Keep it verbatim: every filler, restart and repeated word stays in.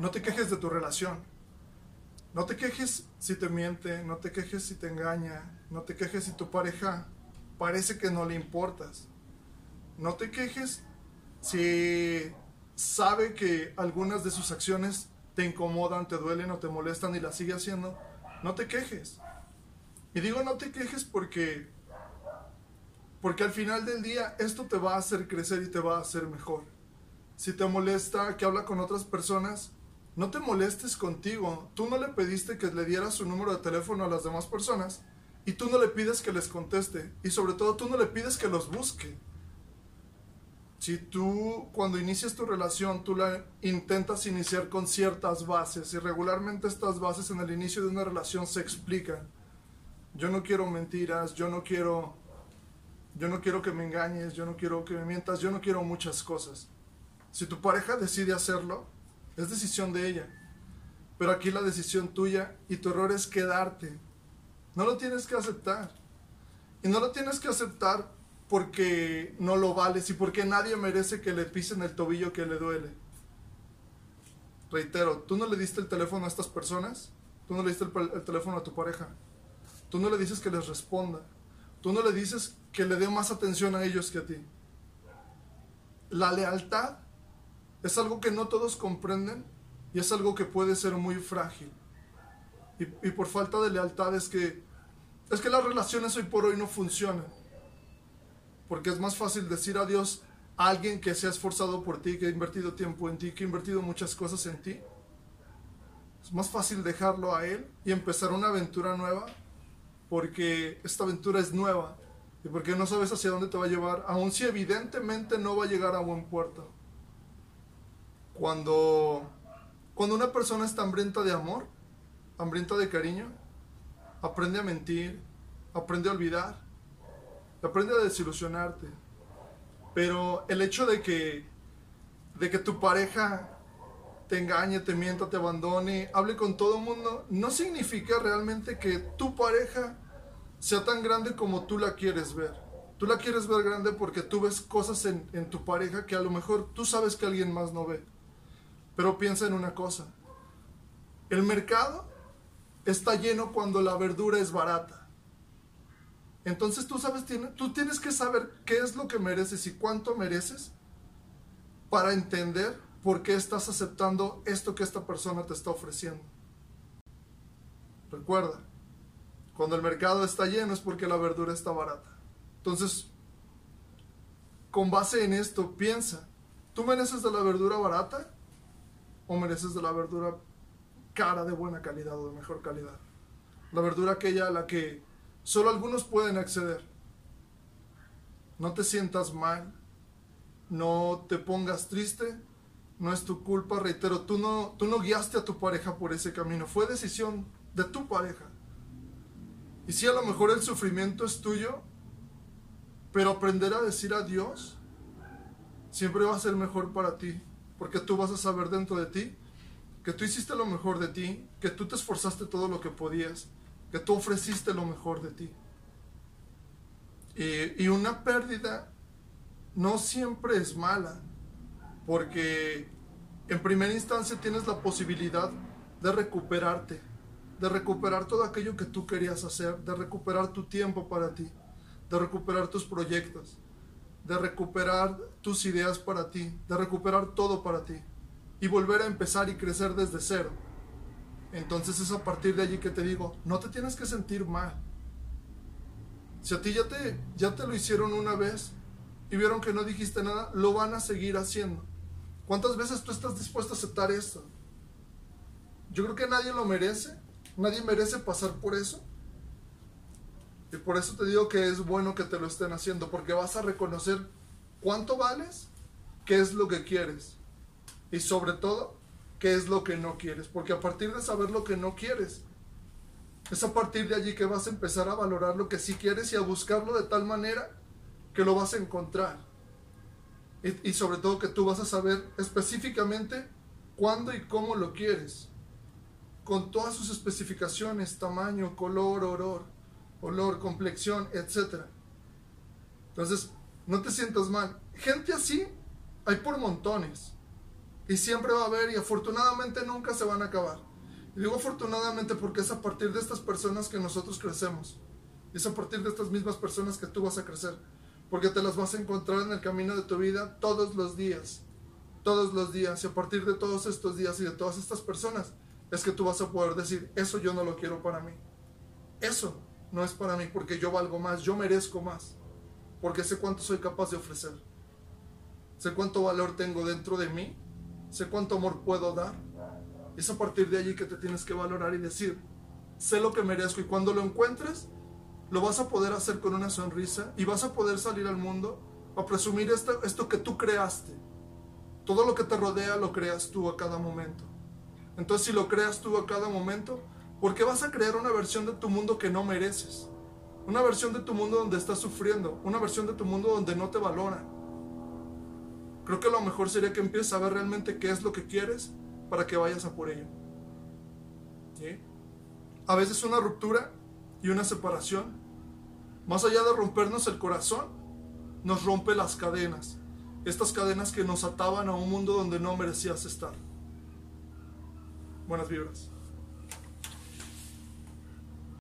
No te quejes de tu relación. No te quejes si te miente, no te quejes si te engaña, no te quejes si tu pareja parece que no le importas. No te quejes si sabe que algunas de sus acciones te incomodan, te duelen o te molestan y las sigue haciendo. No te quejes. Y digo no te quejes porque, porque al final del día esto te va a hacer crecer y te va a hacer mejor. Si te molesta que habla con otras personas, no te molestes contigo. Tú no le pediste que le dieras su número de teléfono a las demás personas y tú no le pides que les conteste y sobre todo tú no le pides que los busque. Si tú cuando inicias tu relación tú la intentas iniciar con ciertas bases y regularmente estas bases en el inicio de una relación se explican. Yo no quiero mentiras, yo no quiero, yo no quiero que me engañes, yo no quiero que me mientas, yo no quiero muchas cosas. Si tu pareja decide hacerlo, es decisión de ella. Pero aquí la decisión tuya y tu error es quedarte. No lo tienes que aceptar. Y no lo tienes que aceptar porque no lo vales y porque nadie merece que le pisen el tobillo que le duele. Reitero, tú no le diste el teléfono a estas personas, tú no le diste el, el teléfono a tu pareja, tú no le dices que les responda, tú no le dices que le dé más atención a ellos que a ti. La lealtad es algo que no todos comprenden y es algo que puede ser muy frágil. Y, y por falta de lealtad es que, es que las relaciones hoy por hoy no funcionan. Porque es más fácil decir adiós a alguien que se ha esforzado por ti, que ha invertido tiempo en ti, que ha invertido muchas cosas en ti. Es más fácil dejarlo a él y empezar una aventura nueva porque esta aventura es nueva y porque no sabes hacia dónde te va a llevar, aun si evidentemente no va a llegar a buen puerto. Cuando, cuando una persona está hambrienta de amor, hambrienta de cariño, aprende a mentir, aprende a olvidar, aprende a desilusionarte. Pero el hecho de que, de que tu pareja te engañe, te mienta, te abandone, hable con todo el mundo, no significa realmente que tu pareja sea tan grande como tú la quieres ver. Tú la quieres ver grande porque tú ves cosas en, en tu pareja que a lo mejor tú sabes que alguien más no ve. Pero piensa en una cosa. El mercado está lleno cuando la verdura es barata. Entonces tú sabes, tú tienes que saber qué es lo que mereces y cuánto mereces para entender por qué estás aceptando esto que esta persona te está ofreciendo. Recuerda, cuando el mercado está lleno es porque la verdura está barata. Entonces, con base en esto, piensa, ¿tú mereces de la verdura barata o mereces de la verdura cara, de buena calidad o de mejor calidad? La verdura aquella a la que solo algunos pueden acceder. No te sientas mal, no te pongas triste, no es tu culpa, reitero, tú no, tú no guiaste a tu pareja por ese camino, fue decisión de tu pareja. Y sí, a lo mejor el sufrimiento es tuyo, pero aprender a decir adiós siempre va a ser mejor para ti, porque tú vas a saber dentro de ti que tú hiciste lo mejor de ti, que tú te esforzaste todo lo que podías, que tú ofreciste lo mejor de ti. Y, y una pérdida no siempre es mala, porque en primera instancia tienes la posibilidad de recuperarte, de recuperar todo aquello que tú querías hacer, de recuperar tu tiempo para ti, de recuperar tus proyectos, de recuperar tus ideas para ti, de recuperar todo para ti y volver a empezar y crecer desde cero. Entonces es a partir de allí que te digo, no te tienes que sentir mal. Si a ti ya te, ya te lo hicieron una vez y vieron que no dijiste nada, lo van a seguir haciendo. ¿Cuántas veces tú estás dispuesto a aceptar esto? Yo creo que nadie lo merece, nadie merece pasar por eso. Y por eso te digo que es bueno que te lo estén haciendo, porque vas a reconocer cuánto vales, qué es lo que quieres y sobre todo, qué es lo que no quieres. Porque a partir de saber lo que no quieres, es a partir de allí que vas a empezar a valorar lo que sí quieres y a buscarlo de tal manera que lo vas a encontrar. Y, y sobre todo que tú vas a saber específicamente cuándo y cómo lo quieres, con todas sus especificaciones, tamaño, color, olor, olor, complexión, etcétera. Entonces, no te sientas mal. Gente así hay por montones. Y siempre va a haber, y afortunadamente nunca se van a acabar. Y digo afortunadamente porque es a partir de estas personas que nosotros crecemos. Es a partir de estas mismas personas que tú vas a crecer. Porque te las vas a encontrar en el camino de tu vida todos los días. Todos los días. Y a partir de todos estos días y de todas estas personas, es que tú vas a poder decir, eso yo no lo quiero para mí. Eso no es para mí porque yo valgo más, yo merezco más. Porque sé cuánto soy capaz de ofrecer. Sé cuánto valor tengo dentro de mí. Sé cuánto amor puedo dar. Es a partir de allí que te tienes que valorar y decir, sé lo que merezco. Y cuando lo encuentres, lo vas a poder hacer con una sonrisa y vas a poder salir al mundo a presumir esto, esto que tú creaste. Todo lo que te rodea lo creas tú a cada momento. Entonces, si lo creas tú a cada momento, ¿por qué vas a crear una versión de tu mundo que no mereces? Una versión de tu mundo donde estás sufriendo, una versión de tu mundo donde no te valoran. Creo que lo mejor sería que empieces a ver realmente qué es lo que quieres para que vayas a por ello. ¿Sí? A veces una ruptura y una separación, más allá de rompernos el corazón, nos rompe las cadenas. Estas cadenas que nos ataban a un mundo donde no merecías estar. Buenas vibras.